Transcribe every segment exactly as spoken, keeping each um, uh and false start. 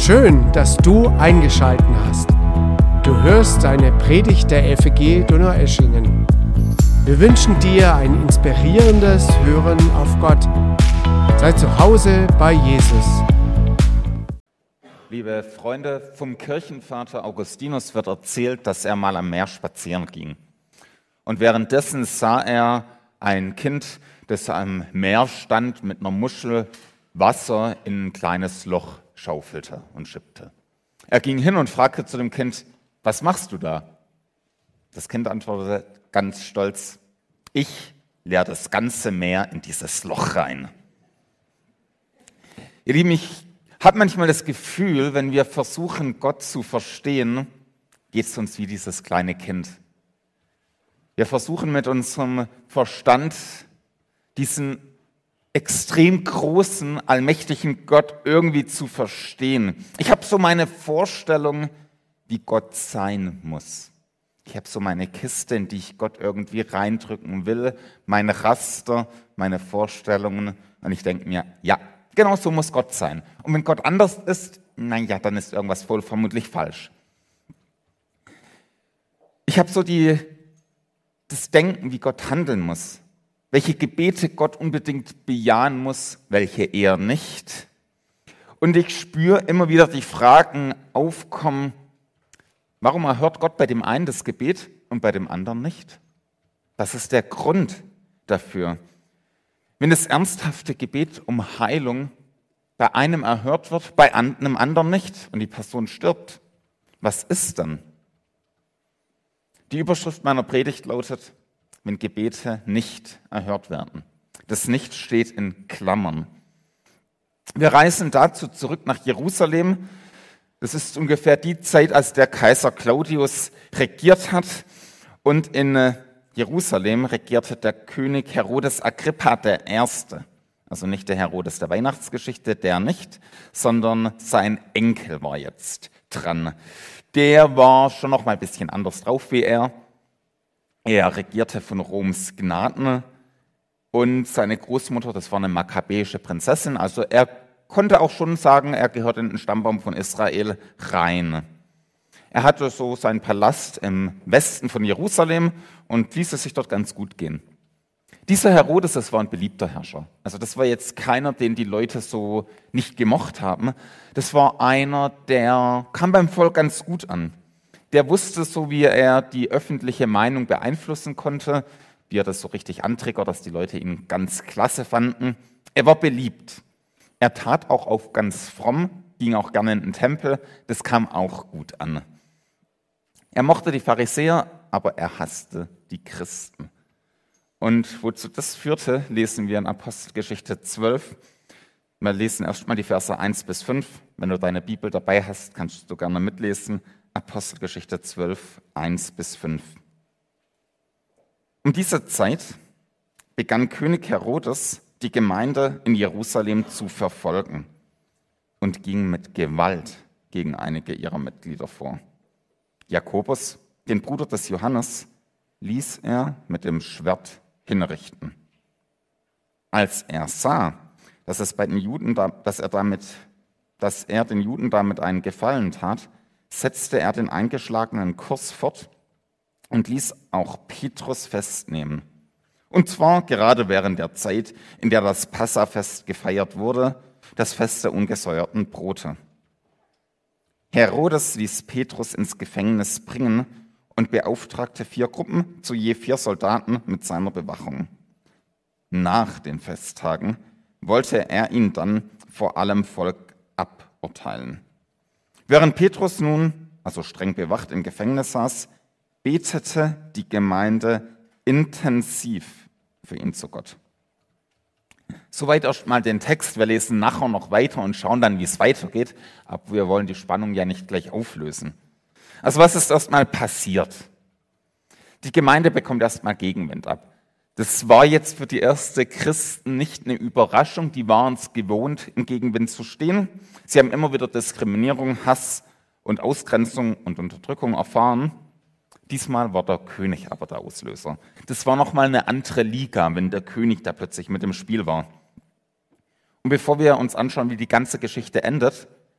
Schön, dass du eingeschaltet hast. Du hörst eine Predigt der F E G Donaueschingen. Wir wünschen dir ein inspirierendes Hören auf Gott. Sei zu Hause bei Jesus. Liebe Freunde, vom Kirchenvater Augustinus wird erzählt, dass er mal am Meer spazieren ging. Und währenddessen sah er ein Kind, das am Meer stand, mit einer Muschel Wasser in ein kleines Loch schaufelte und schippte. Er ging hin und fragte zu dem Kind: Was machst du da? Das Kind antwortete ganz stolz: Ich leere das ganze Meer in dieses Loch rein. Ihr Lieben, ich habe manchmal das Gefühl, wenn wir versuchen, Gott zu verstehen, geht es uns wie dieses kleine Kind. Wir versuchen mit unserem Verstand diesen extrem großen, allmächtigen Gott irgendwie zu verstehen. Ich habe so meine Vorstellung, wie Gott sein muss. Ich habe so meine Kiste, in die ich Gott irgendwie reindrücken will, meine Raster, meine Vorstellungen. Und ich denke mir, ja, genau so muss Gott sein. Und wenn Gott anders ist, naja, dann ist irgendwas wohl vermutlich falsch. Ich habe so die, das Denken, wie Gott handeln muss. Welche Gebete Gott unbedingt bejahen muss, welche eher nicht. Und ich spüre immer wieder die Fragen aufkommen: Warum erhört Gott bei dem einen das Gebet und bei dem anderen nicht? Was ist der Grund dafür? Wenn das ernsthafte Gebet um Heilung bei einem erhört wird, bei einem anderen nicht und die Person stirbt, was ist dann? Die Überschrift meiner Predigt lautet: Wenn Gebete nicht erhört werden. Das Nicht steht in Klammern. Wir reisen dazu zurück nach Jerusalem. Das ist ungefähr die Zeit, als der Kaiser Claudius regiert hat. Und in Jerusalem regierte der König Herodes Agrippa der Erste. Also nicht der Herodes der Weihnachtsgeschichte, der nicht, sondern sein Enkel war jetzt dran. Der war schon noch mal ein bisschen anders drauf wie er. Er regierte von Roms Gnaden und seine Großmutter, das war eine makkabäische Prinzessin. Also er konnte auch schon sagen, er gehört in den Stammbaum von Israel rein. Er hatte so seinen Palast im Westen von Jerusalem und ließ es sich dort ganz gut gehen. Dieser Herodes, das war ein beliebter Herrscher. Also das war jetzt keiner, den die Leute so nicht gemocht haben. Das war einer, der kam beim Volk ganz gut an. Der wusste, so wie er die öffentliche Meinung beeinflussen konnte, wie er das so richtig antriggert, dass die Leute ihn ganz klasse fanden. Er war beliebt. Er tat auch auf ganz fromm, ging auch gerne in den Tempel. Das kam auch gut an. Er mochte die Pharisäer, aber er hasste die Christen. Und wozu das führte, lesen wir in Apostelgeschichte zwölf. Wir lesen erstmal die Verse eins bis fünf. Wenn du deine Bibel dabei hast, kannst du gerne mitlesen. Apostelgeschichte zwölf, eins bis fünf. Um diese Zeit begann König Herodes, die Gemeinde in Jerusalem zu verfolgen und ging mit Gewalt gegen einige ihrer Mitglieder vor. Jakobus, den Bruder des Johannes, ließ er mit dem Schwert hinrichten. Als er sah, dass es bei den Juden, dass er damit, dass er den Juden damit einen Gefallen tat, setzte er den eingeschlagenen Kurs fort und ließ auch Petrus festnehmen. Und zwar gerade während der Zeit, in der das Passafest gefeiert wurde, das Fest der ungesäuerten Brote. Herodes ließ Petrus ins Gefängnis bringen und beauftragte vier Gruppen zu je vier Soldaten mit seiner Bewachung. Nach den Festtagen wollte er ihn dann vor allem Volk aburteilen. Während Petrus nun, also streng bewacht, im Gefängnis saß, betete die Gemeinde intensiv für ihn zu Gott. Soweit erstmal den Text. Wir lesen nachher noch weiter und schauen dann, wie es weitergeht. Aber wir wollen die Spannung ja nicht gleich auflösen. Also was ist erstmal passiert? Die Gemeinde bekommt erstmal Gegenwind ab. Das war jetzt für die ersten Christen nicht eine Überraschung. Die waren es gewohnt, im Gegenwind zu stehen. Sie haben immer wieder Diskriminierung, Hass und Ausgrenzung und Unterdrückung erfahren. Diesmal war der König aber der Auslöser. Das war nochmal eine andere Liga, wenn der König da plötzlich mit im Spiel war. Und bevor wir uns anschauen, wie die ganze Geschichte endet,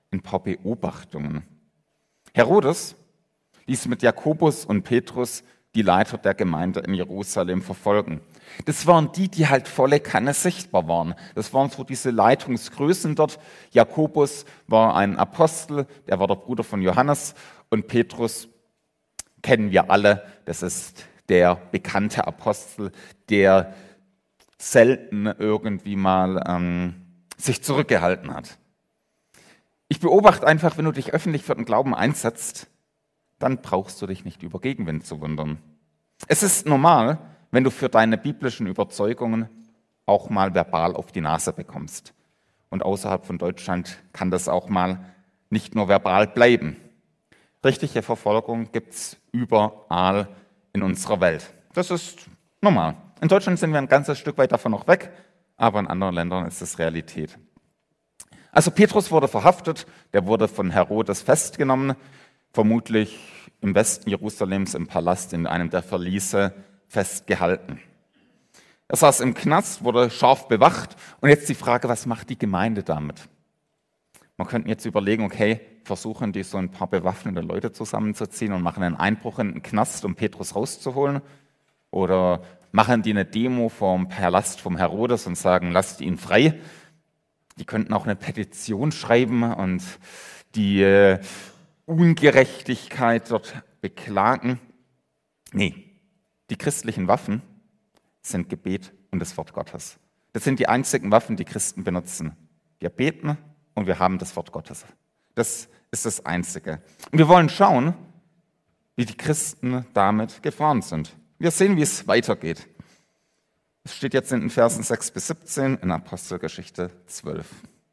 ein paar Beobachtungen. Herodes ließ mit Jakobus und Petrus die Leiter der Gemeinde in Jerusalem verfolgen. Das waren die, die halt volle Kanne sichtbar waren. Das waren so diese Leitungsgrößen dort. Jakobus war ein Apostel, der war der Bruder von Johannes, und Petrus kennen wir alle. Das ist der bekannte Apostel, der selten irgendwie mal ähm, sich zurückgehalten hat. Ich beobachte einfach, wenn du dich öffentlich für den Glauben einsetzt, dann brauchst du dich nicht über Gegenwind zu wundern. Es ist normal, wenn du für deine biblischen Überzeugungen auch mal verbal auf die Nase bekommst. Und außerhalb von Deutschland kann das auch mal nicht nur verbal bleiben. Richtige Verfolgung gibt es überall in unserer Welt. Das ist normal. In Deutschland sind wir ein ganzes Stück weit davon noch weg, aber in anderen Ländern ist es Realität. Also Petrus wurde verhaftet, der wurde von Herodes festgenommen, vermutlich im Westen Jerusalems im Palast in einem der Verliese festgehalten. Er saß im Knast, wurde scharf bewacht und jetzt die Frage, was macht die Gemeinde damit? Man könnte jetzt überlegen, okay, versuchen die so ein paar bewaffnete Leute zusammenzuziehen und machen einen Einbruch in den Knast, um Petrus rauszuholen? Oder machen die eine Demo vom Palast vom Herodes und sagen, lasst ihn frei? Die könnten auch eine Petition schreiben und die äh, Ungerechtigkeit dort beklagen. Nee, die christlichen Waffen sind Gebet und das Wort Gottes. Das sind die einzigen Waffen, die Christen benutzen. Wir beten und wir haben das Wort Gottes. Das ist das Einzige. Und wir wollen schauen, wie die Christen damit gefahren sind. Wir sehen, wie es weitergeht. Es steht jetzt in den Versen sechs bis siebzehn in Apostelgeschichte zwölf.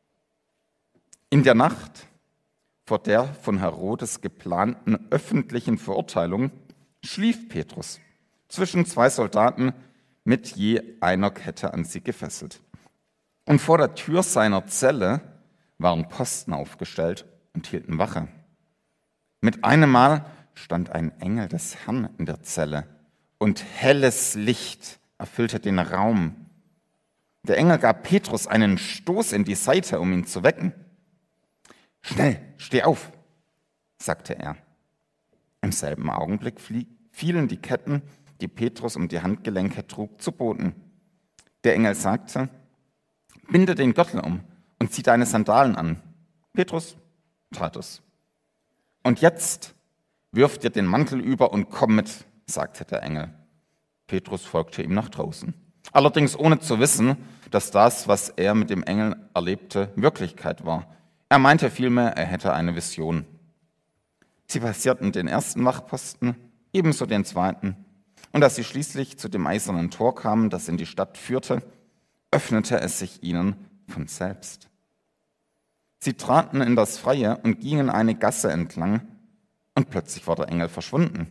In der Nacht vor der von Herodes geplanten öffentlichen Verurteilung schlief Petrus zwischen zwei Soldaten mit je einer Kette an sie gefesselt. Und vor der Tür seiner Zelle waren Posten aufgestellt und hielten Wache. Mit einem Mal stand ein Engel des Herrn in der Zelle und helles Licht erfüllte den Raum. Der Engel gab Petrus einen Stoß in die Seite, um ihn zu wecken. »Schnell, steh auf«, sagte er. Im selben Augenblick fielen die Ketten, die Petrus um die Handgelenke trug, zu Boden. Der Engel sagte, »Binde den Gürtel um und zieh deine Sandalen an.« Petrus tat es. »Und jetzt wirf dir den Mantel über und komm mit«, sagte der Engel. Petrus folgte ihm nach draußen. Allerdings ohne zu wissen, dass das, was er mit dem Engel erlebte, Wirklichkeit war. Er meinte vielmehr, er hätte eine Vision. Sie passierten den ersten Wachposten, ebenso den zweiten. Und als sie schließlich zu dem eisernen Tor kamen, das in die Stadt führte, öffnete es sich ihnen von selbst. Sie traten in das Freie und gingen eine Gasse entlang, und plötzlich war der Engel verschwunden.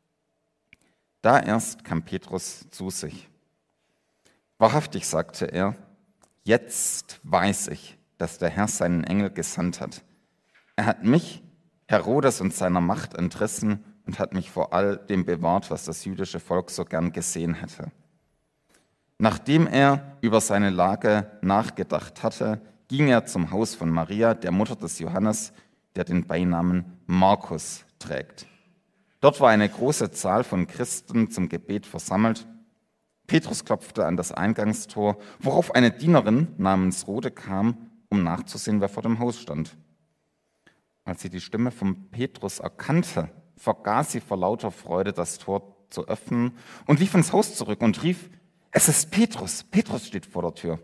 Da erst kam Petrus zu sich. Wahrhaftig, sagte er, jetzt weiß ich, dass der Herr seinen Engel gesandt hat. Er hat mich, Herodes und seiner Macht entrissen und hat mich vor all dem bewahrt, was das jüdische Volk so gern gesehen hätte. Nachdem er über seine Lage nachgedacht hatte, ging er zum Haus von Maria, der Mutter des Johannes, der den Beinamen Markus trägt. Dort war eine große Zahl von Christen zum Gebet versammelt. Petrus klopfte an das Eingangstor, worauf eine Dienerin namens Rode kam, um nachzusehen, wer vor dem Haus stand. Als sie die Stimme von Petrus erkannte, vergaß sie vor lauter Freude, das Tor zu öffnen und lief ins Haus zurück und rief, »Es ist Petrus, Petrus steht vor der Tür.«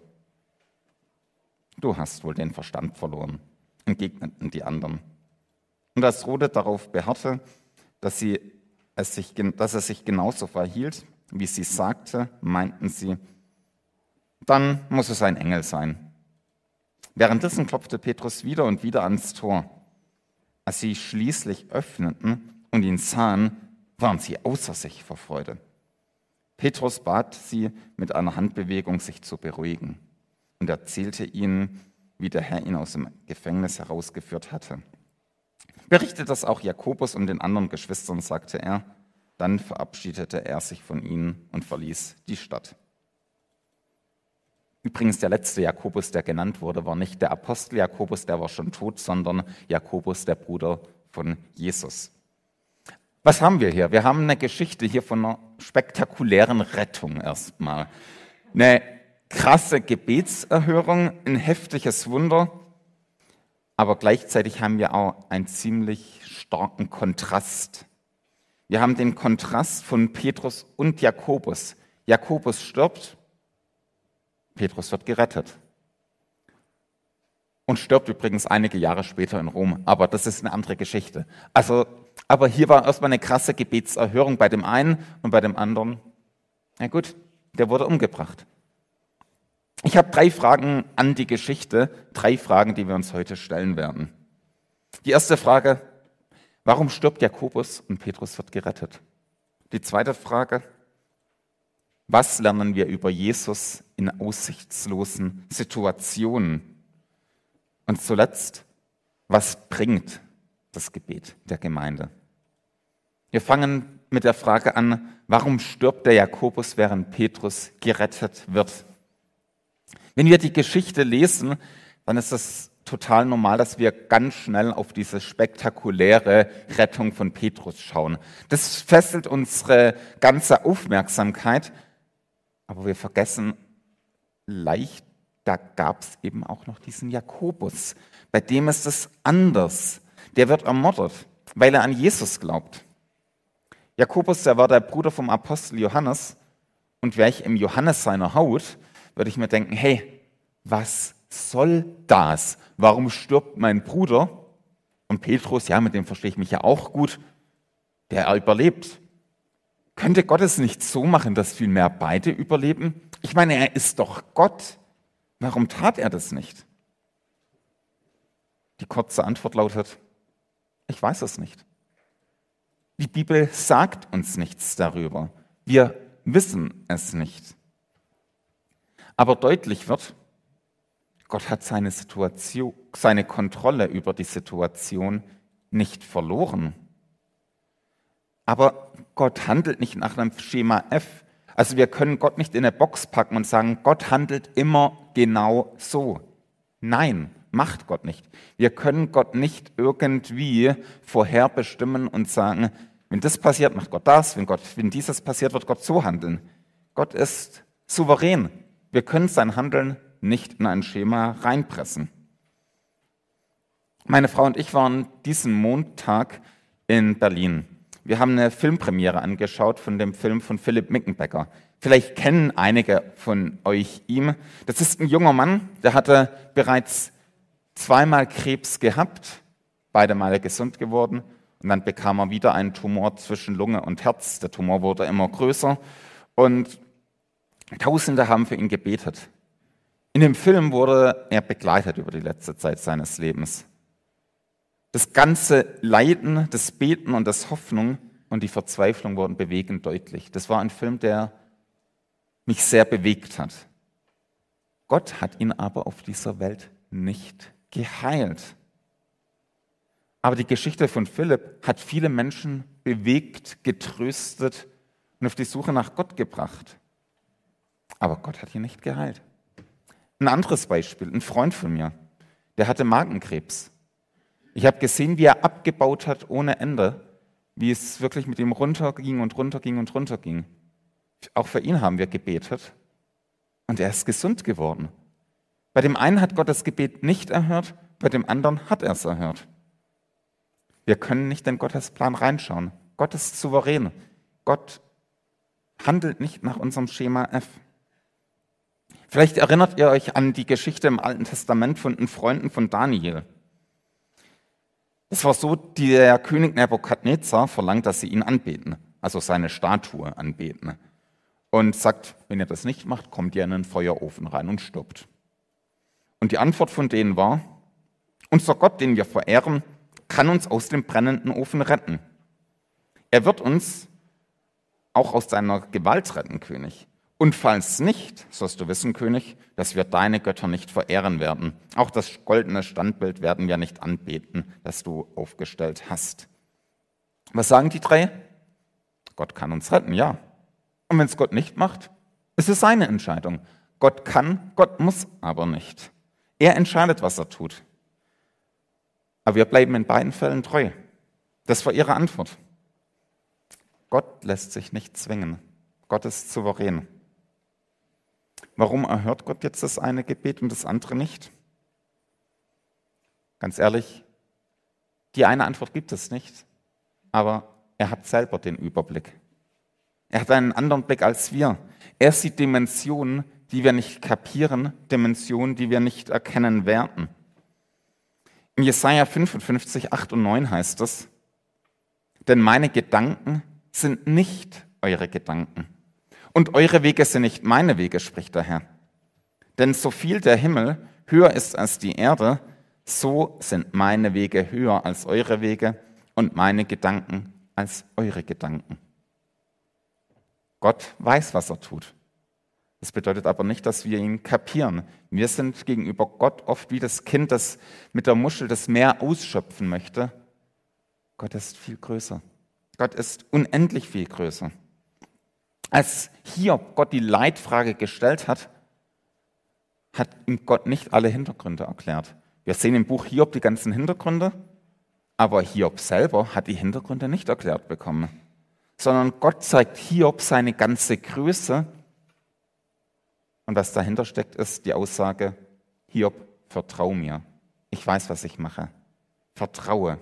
»Du hast wohl den Verstand verloren«, entgegneten die anderen. Und als Rode darauf beharrte, dass, sie es sich, dass er sich genauso verhielt, wie sie sagte, meinten sie, dann muss es ein Engel sein. Währenddessen klopfte Petrus wieder und wieder ans Tor. Als sie schließlich öffneten und ihn sahen, waren sie außer sich vor Freude. Petrus bat sie mit einer Handbewegung, sich zu beruhigen, und erzählte ihnen, wie der Herr ihn aus dem Gefängnis herausgeführt hatte. Berichtet das auch Jakobus und den anderen Geschwistern, sagte er. Dann verabschiedete er sich von ihnen und verließ die Stadt. Übrigens, der letzte Jakobus, der genannt wurde, war nicht der Apostel Jakobus, der war schon tot, sondern Jakobus, der Bruder von Jesus. Was haben wir hier? Wir haben eine Geschichte hier von einer spektakulären Rettung erstmal. Eine krasse Gebetserhörung, ein heftiges Wunder, aber gleichzeitig haben wir auch einen ziemlich starken Kontrast. Wir haben den Kontrast von Petrus und Jakobus. Jakobus stirbt, Petrus wird gerettet. Und stirbt übrigens einige Jahre später in Rom, aber das ist eine andere Geschichte. Also, aber hier war erstmal eine krasse Gebetserhörung bei dem einen und bei dem anderen. Na gut, der wurde umgebracht. Ich habe drei Fragen an die Geschichte, drei Fragen, die wir uns heute stellen werden. Die erste Frage: Warum stirbt Jakobus und Petrus wird gerettet? Die zweite Frage: Was lernen wir über Jesus in aussichtslosen Situationen? Und zuletzt: Was bringt das Gebet der Gemeinde? Wir fangen mit der Frage an: Warum stirbt der Jakobus, während Petrus gerettet wird? Wenn wir die Geschichte lesen, dann ist es total normal, dass wir ganz schnell auf diese spektakuläre Rettung von Petrus schauen. Das fesselt unsere ganze Aufmerksamkeit, aber wir vergessen leicht, da gab es eben auch noch diesen Jakobus. Bei dem ist es anders. Der wird ermordet, weil er an Jesus glaubt. Jakobus, der war der Bruder vom Apostel Johannes, und wäre ich im Johannes seiner Haut, würde ich mir denken, hey, was soll das? Warum stirbt mein Bruder? Und Petrus, ja, mit dem verstehe ich mich ja auch gut, der überlebt. Könnte Gott es nicht so machen, dass vielmehr beide überleben? Ich meine, er ist doch Gott. Warum tat er das nicht? Die kurze Antwort lautet: Ich weiß es nicht. Die Bibel sagt uns nichts darüber. Wir wissen es nicht. Aber deutlich wird, Gott hat seine Situation, seine Kontrolle über die Situation nicht verloren. Aber Gott handelt nicht nach einem Schema F. Also wir können Gott nicht in eine Box packen und sagen, Gott handelt immer genau so. Nein, macht Gott nicht. Wir können Gott nicht irgendwie vorherbestimmen und sagen, wenn das passiert, macht Gott das, wenn, Gott, wenn dieses passiert, wird Gott so handeln. Gott ist souverän. Wir können sein Handeln nicht in ein Schema reinpressen. Meine Frau und ich waren diesen Montag in Berlin. Wir haben eine Filmpremiere angeschaut von dem Film von Philipp Mickenbecker. Vielleicht kennen einige von euch ihn. Das ist ein junger Mann, der hatte bereits zweimal Krebs gehabt, beide Male gesund geworden. Und dann bekam er wieder einen Tumor zwischen Lunge und Herz. Der Tumor wurde immer größer und Tausende haben für ihn gebetet. In dem Film wurde er begleitet über die letzte Zeit seines Lebens. Das ganze Leiden, das Beten und das Hoffnung und die Verzweiflung wurden bewegend deutlich. Das war ein Film, der mich sehr bewegt hat. Gott hat ihn aber auf dieser Welt nicht geheilt. Aber die Geschichte von Philipp hat viele Menschen bewegt, getröstet und auf die Suche nach Gott gebracht. Aber Gott hat ihn nicht geheilt. Ein anderes Beispiel, ein Freund von mir, der hatte Magenkrebs. Ich habe gesehen, wie er abgebaut hat ohne Ende, wie es wirklich mit ihm runterging und runterging und runterging. Auch für ihn haben wir gebetet und er ist gesund geworden. Bei dem einen hat Gott das Gebet nicht erhört, bei dem anderen hat er es erhört. Wir können nicht in Gottes Plan reinschauen. Gott ist souverän. Gott handelt nicht nach unserem Schema F. Vielleicht erinnert ihr euch an die Geschichte im Alten Testament von den Freunden von Daniel. Es war so, der König Nebukadnezar verlangt, dass sie ihn anbeten, also seine Statue anbeten. Und sagt, wenn ihr das nicht macht, kommt ihr in einen Feuerofen rein und stirbt. Und die Antwort von denen war, unser Gott, den wir verehren, kann uns aus dem brennenden Ofen retten. Er wird uns auch aus seiner Gewalt retten, König. Und falls nicht, sollst du wissen, König, dass wir deine Götter nicht verehren werden. Auch das goldene Standbild werden wir nicht anbeten, das du aufgestellt hast. Was sagen die drei? Gott kann uns retten, ja. Und wenn es Gott nicht macht, ist es seine Entscheidung. Gott kann, Gott muss aber nicht. Er entscheidet, was er tut. Aber wir bleiben in beiden Fällen treu. Das war ihre Antwort. Gott lässt sich nicht zwingen. Gott ist souverän. Warum erhört Gott jetzt das eine Gebet und das andere nicht? Ganz ehrlich, die eine Antwort gibt es nicht, aber er hat selber den Überblick. Er hat einen anderen Blick als wir. Er sieht Dimensionen, die wir nicht kapieren, Dimensionen, die wir nicht erkennen werden. In Jesaja fünfundfünfzig, acht und neun heißt es, denn meine Gedanken sind nicht eure Gedanken und eure Wege sind nicht meine Wege, spricht der Herr. Denn so viel der Himmel höher ist als die Erde, so sind meine Wege höher als eure Wege und meine Gedanken als eure Gedanken. Gott weiß, was er tut. Das bedeutet aber nicht, dass wir ihn kapieren. Wir sind gegenüber Gott oft wie das Kind, das mit der Muschel das Meer ausschöpfen möchte. Gott ist viel größer. Gott ist unendlich viel größer. Als Hiob Gott die Leitfrage gestellt hat, hat ihm Gott nicht alle Hintergründe erklärt. Wir sehen im Buch Hiob die ganzen Hintergründe, aber Hiob selber hat die Hintergründe nicht erklärt bekommen, sondern Gott zeigt Hiob seine ganze Größe. Und was dahinter steckt, ist die Aussage, Hiob, vertrau mir. Ich weiß, was ich mache. Vertraue.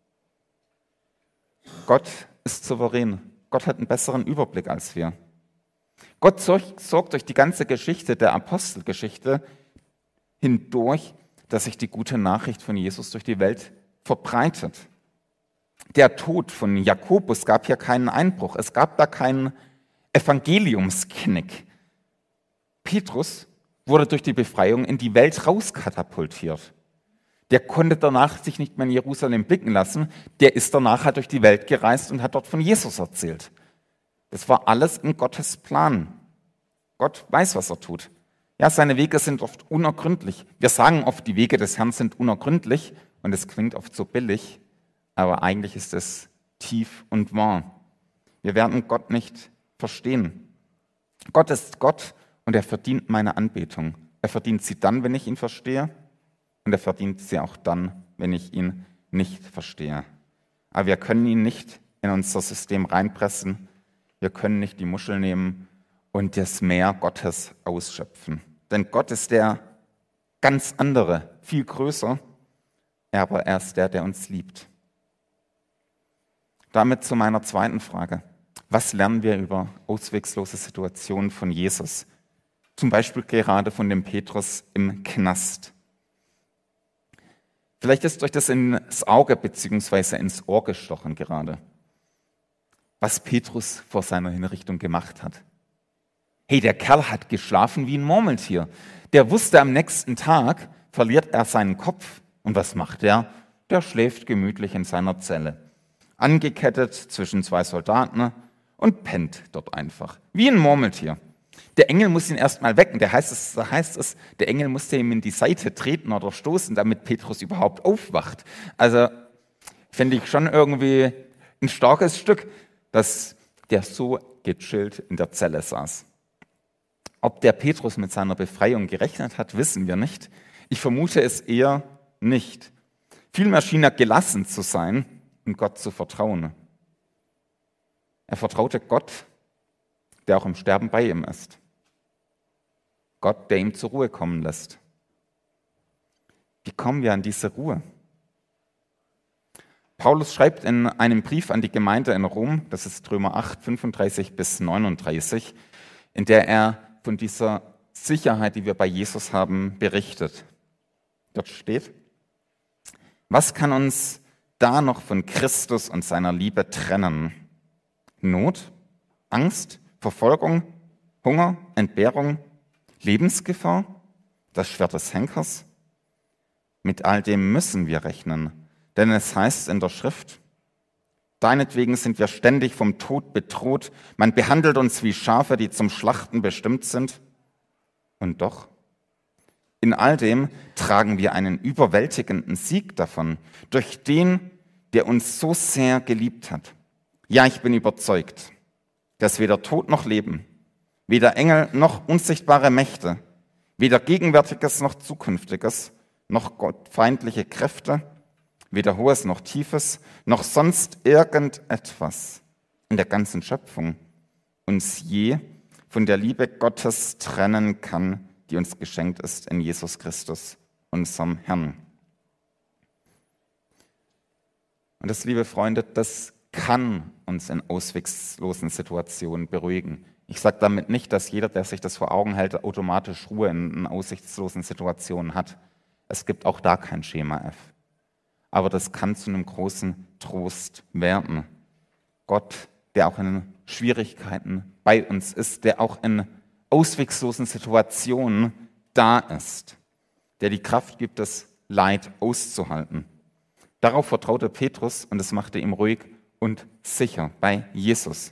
Gott ist souverän. Gott hat einen besseren Überblick als wir. Gott sorgt durch die ganze Geschichte der Apostelgeschichte hindurch, dass sich die gute Nachricht von Jesus durch die Welt verbreitet. Der Tod von Jakobus gab hier keinen Einbruch. Es gab da keinen Evangeliumsknick. Petrus wurde durch die Befreiung in die Welt rauskatapultiert. Der konnte danach sich nicht mehr in Jerusalem blicken lassen. Der ist danach halt durch die Welt gereist und hat dort von Jesus erzählt. Das war alles in Gottes Plan. Gott weiß, was er tut. Ja, seine Wege sind oft unergründlich. Wir sagen oft, die Wege des Herrn sind unergründlich und es klingt oft so billig, aber eigentlich ist es tief und wahr. Wir werden Gott nicht verstehen. Gott ist Gott und er verdient meine Anbetung. Er verdient sie dann, wenn ich ihn verstehe, und er verdient sie auch dann, wenn ich ihn nicht verstehe. Aber wir können ihn nicht in unser System reinpressen. Wir können nicht die Muschel nehmen und das Meer Gottes ausschöpfen. Denn Gott ist der ganz andere, viel größer, aber er ist der, der uns liebt. Damit zu meiner zweiten Frage. Was lernen wir über auswegslose Situationen von Jesus? Zum Beispiel gerade von dem Petrus im Knast. Vielleicht ist euch das ins Auge bzw. ins Ohr gestochen gerade, was Petrus vor seiner Hinrichtung gemacht hat. Hey, der Kerl hat geschlafen wie ein Murmeltier. Der wusste, am nächsten Tag verliert er seinen Kopf. Und was macht er? Der schläft gemütlich in seiner Zelle. Angekettet zwischen zwei Soldaten und pennt dort einfach. Wie ein Murmeltier. Der Engel muss ihn erstmal wecken. Der heißt es, da heißt es, der Engel musste ihm in die Seite treten oder stoßen, damit Petrus überhaupt aufwacht. Also finde ich schon irgendwie ein starkes Stück, dass der so gechillt in der Zelle saß. Ob der Petrus mit seiner Befreiung gerechnet hat, wissen wir nicht. Ich vermute es eher nicht. Vielmehr schien er gelassen zu sein und Gott zu vertrauen. Er vertraute Gott, der auch im Sterben bei ihm ist. Gott, der ihm zur Ruhe kommen lässt. Wie kommen wir an diese Ruhe? Paulus schreibt in einem Brief an die Gemeinde in Rom, das ist Römer acht, fünfunddreißig bis neununddreißig, in der er von dieser Sicherheit, die wir bei Jesus haben, berichtet. Dort steht, was kann uns da noch von Christus und seiner Liebe trennen? Not, Angst, Verfolgung, Hunger, Entbehrung, Lebensgefahr, das Schwert des Henkers? Mit all dem müssen wir rechnen, denn es heißt in der Schrift, deinetwegen sind wir ständig vom Tod bedroht, man behandelt uns wie Schafe, die zum Schlachten bestimmt sind. Und doch, in all dem tragen wir einen überwältigenden Sieg davon, durch den, der uns so sehr geliebt hat. Ja, ich bin überzeugt, dass weder Tod noch Leben, weder Engel noch unsichtbare Mächte, Weder Gegenwärtiges noch Zukünftiges, noch gottfeindliche Kräfte, weder Hohes noch Tiefes, noch sonst irgendetwas in der ganzen Schöpfung uns je von der Liebe Gottes trennen kann, die uns geschenkt ist in Jesus Christus, unserem Herrn. Und das, liebe Freunde, das kann uns in ausweglosen Situationen beruhigen. Ich sage damit nicht, dass jeder, der sich das vor Augen hält, automatisch Ruhe in, in aussichtslosen Situationen hat. Es gibt auch da kein Schema F. Aber das kann zu einem großen Trost werden. Gott, der auch in Schwierigkeiten bei uns ist, der auch in ausweglosen Situationen da ist, der die Kraft gibt, das Leid auszuhalten. Darauf vertraute Petrus und es machte ihm ruhig und sicher bei Jesus.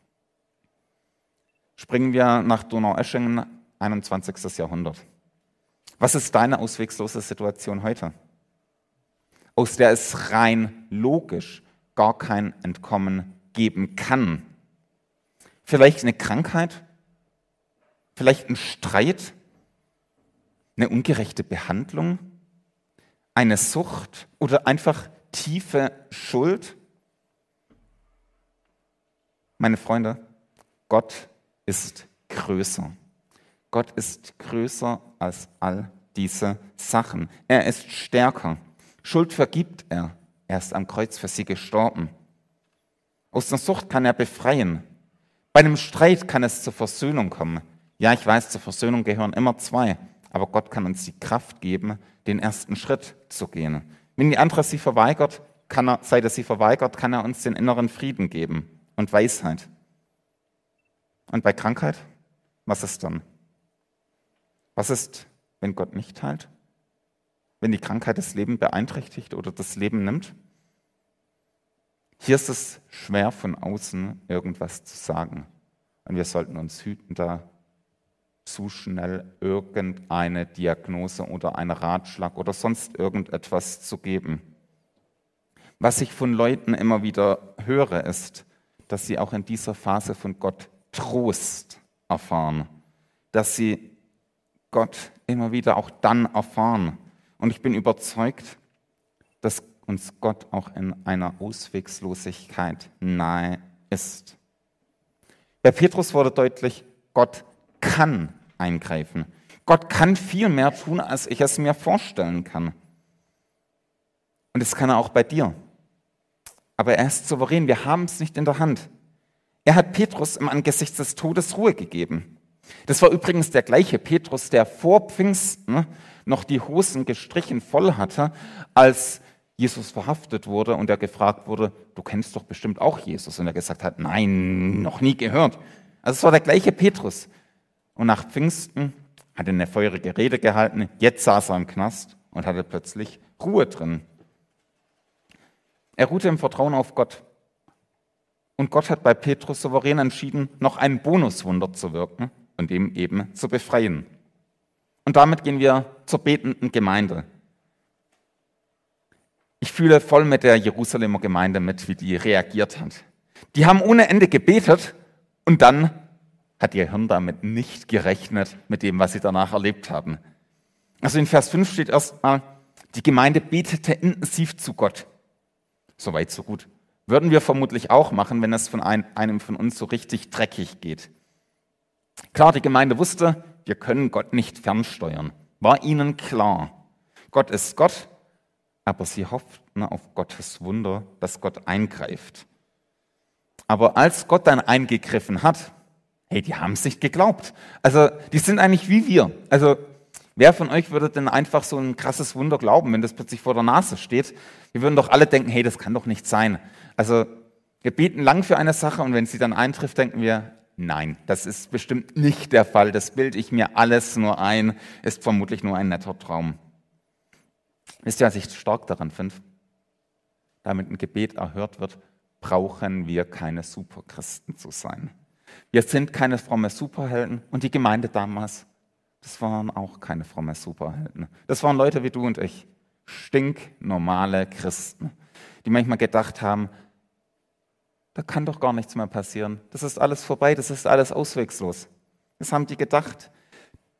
Springen wir nach Donaueschingen, einundzwanzigstes Jahrhundert. Was ist deine auswegslose Situation heute, aus der es rein logisch gar kein Entkommen geben kann? Vielleicht eine Krankheit, vielleicht ein Streit, eine ungerechte Behandlung, eine Sucht oder einfach tiefe Schuld? Meine Freunde, Gott ist größer. Gott ist größer als all diese Sachen. Er ist stärker. Schuld vergibt er. Er ist am Kreuz für sie gestorben. Aus der Sucht kann er befreien. Bei einem Streit kann es zur Versöhnung kommen. Ja, ich weiß, zur Versöhnung gehören immer zwei. Aber Gott kann uns die Kraft geben, den ersten Schritt zu gehen. Wenn die andere sie verweigert, kann er, seit er sie verweigert, kann er uns den inneren Frieden geben und Weisheit. Und bei Krankheit, was ist dann? Was ist, wenn Gott nicht heilt? Wenn die Krankheit das Leben beeinträchtigt oder das Leben nimmt? Hier ist es schwer, von außen irgendwas zu sagen. Und wir sollten uns hüten, da zu schnell irgendeine Diagnose oder einen Ratschlag oder sonst irgendetwas zu geben. Was ich von Leuten immer wieder höre, ist, dass sie auch in dieser Phase von Gott Trost erfahren, dass sie Gott immer wieder auch dann erfahren. Und ich bin überzeugt, dass uns Gott auch in einer Auswegslosigkeit nahe ist. Bei Petrus wurde deutlich, Gott kann eingreifen. Gott kann viel mehr tun, als ich es mir vorstellen kann. Und das kann er auch bei dir. Aber er ist souverän, wir haben es nicht in der Hand. Er hat Petrus im Angesicht des Todes Ruhe gegeben. Das war übrigens der gleiche Petrus, der vor Pfingsten noch die Hosen gestrichen voll hatte, als Jesus verhaftet wurde und er gefragt wurde, du kennst doch bestimmt auch Jesus. Und er gesagt hat, nein, noch nie gehört. Also es war der gleiche Petrus. Und nach Pfingsten hat er eine feurige Rede gehalten, jetzt saß er im Knast und hatte plötzlich Ruhe drin. Er ruhte im Vertrauen auf Gott. Und Gott hat bei Petrus souverän entschieden, noch ein Bonuswunder zu wirken und ihn eben zu befreien. Und damit gehen wir zur betenden Gemeinde. Ich fühle voll mit der Jerusalemer Gemeinde mit, wie die reagiert hat. Die haben ohne Ende gebetet und dann hat ihr Hirn damit nicht gerechnet, mit dem, was sie danach erlebt haben. Also in Vers fünf steht erstmal, die Gemeinde betete intensiv zu Gott. Soweit, so gut. Würden wir vermutlich auch machen, wenn es von ein, einem von uns so richtig dreckig geht. Klar, die Gemeinde wusste, wir können Gott nicht fernsteuern. War ihnen klar. Gott ist Gott, aber sie hofften auf Gottes Wunder, dass Gott eingreift. Aber als Gott dann eingegriffen hat, hey, die haben es nicht geglaubt. Also die sind eigentlich wie wir. Also wer von euch würde denn einfach so ein krasses Wunder glauben, wenn das plötzlich vor der Nase steht? Wir würden doch alle denken, hey, das kann doch nicht sein. Also wir beten lang für eine Sache und wenn sie dann eintrifft, denken wir, nein, das ist bestimmt nicht der Fall. Das bilde ich mir alles nur ein, ist vermutlich nur ein netter Traum. Wisst ihr, was ich stark daran finde? Damit ein Gebet erhört wird, brauchen wir keine Superchristen zu sein. Wir sind keine fromme Superhelden und die Gemeinde damals, das waren auch keine fromme Superhelden. Das waren Leute wie du und ich, stinknormale Christen, die manchmal gedacht haben, da kann doch gar nichts mehr passieren. Das ist alles vorbei, das ist alles auswegslos. Das haben die gedacht.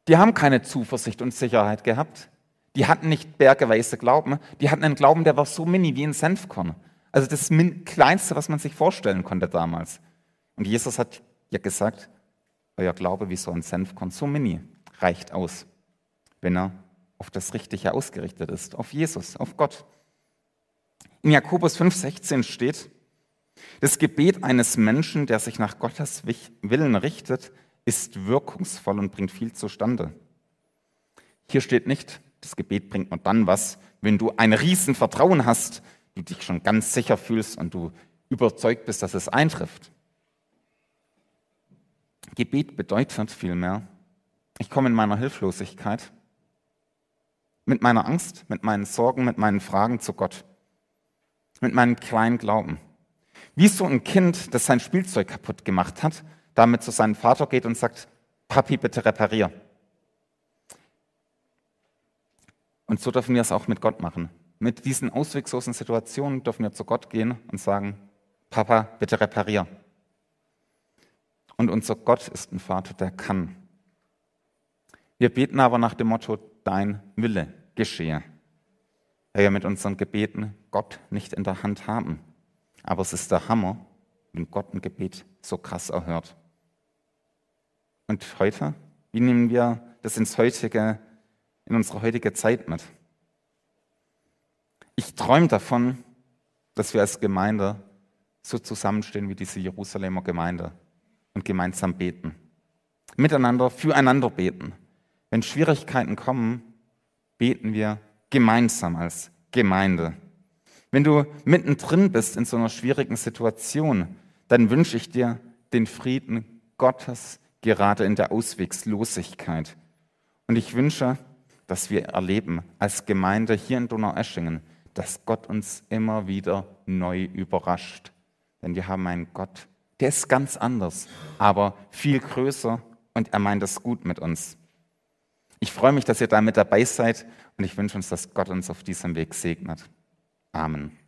Die haben keine Zuversicht und Sicherheit gehabt. Die hatten nicht bergeweise Glauben. Die hatten einen Glauben, der war so mini wie ein Senfkorn. Also das Kleinste, was man sich vorstellen konnte damals. Und Jesus hat ja gesagt, euer Glaube wie so ein Senfkorn, so mini, reicht aus, wenn er auf das Richtige ausgerichtet ist, auf Jesus, auf Gott. In Jakobus fünf sechzehn steht, das Gebet eines Menschen, der sich nach Gottes Willen richtet, ist wirkungsvoll und bringt viel zustande. Hier steht nicht, das Gebet bringt nur dann was, wenn du ein Riesenvertrauen hast, du dich schon ganz sicher fühlst und du überzeugt bist, dass es eintrifft. Gebet bedeutet vielmehr, ich komme in meiner Hilflosigkeit, mit meiner Angst, mit meinen Sorgen, mit meinen Fragen zu Gott, mit meinem kleinen Glauben. Wie so ein Kind, das sein Spielzeug kaputt gemacht hat, damit zu seinem Vater geht und sagt, Papi, bitte reparier. Und so dürfen wir es auch mit Gott machen. Mit diesen ausweglosen Situationen dürfen wir zu Gott gehen und sagen, Papa, bitte reparier. Und unser Gott ist ein Vater, der kann. Wir beten aber nach dem Motto, dein Wille geschehe. Weil wir mit unseren Gebeten Gott nicht in der Hand haben. Aber es ist der Hammer, wenn Gott ein Gebet so krass erhört. Und heute, wie nehmen wir das ins heutige, in unsere heutige Zeit mit? Ich träume davon, dass wir als Gemeinde so zusammenstehen wie diese Jerusalemer Gemeinde und gemeinsam beten. Miteinander, füreinander beten. Wenn Schwierigkeiten kommen, beten wir gemeinsam als Gemeinde. Wenn du mittendrin bist in so einer schwierigen Situation, dann wünsche ich dir den Frieden Gottes gerade in der Auswegslosigkeit. Und ich wünsche, dass wir erleben als Gemeinde hier in Donaueschingen, dass Gott uns immer wieder neu überrascht. Denn wir haben einen Gott, der ist ganz anders, aber viel größer und er meint es gut mit uns. Ich freue mich, dass ihr da mit dabei seid und ich wünsche uns, dass Gott uns auf diesem Weg segnet. Amen.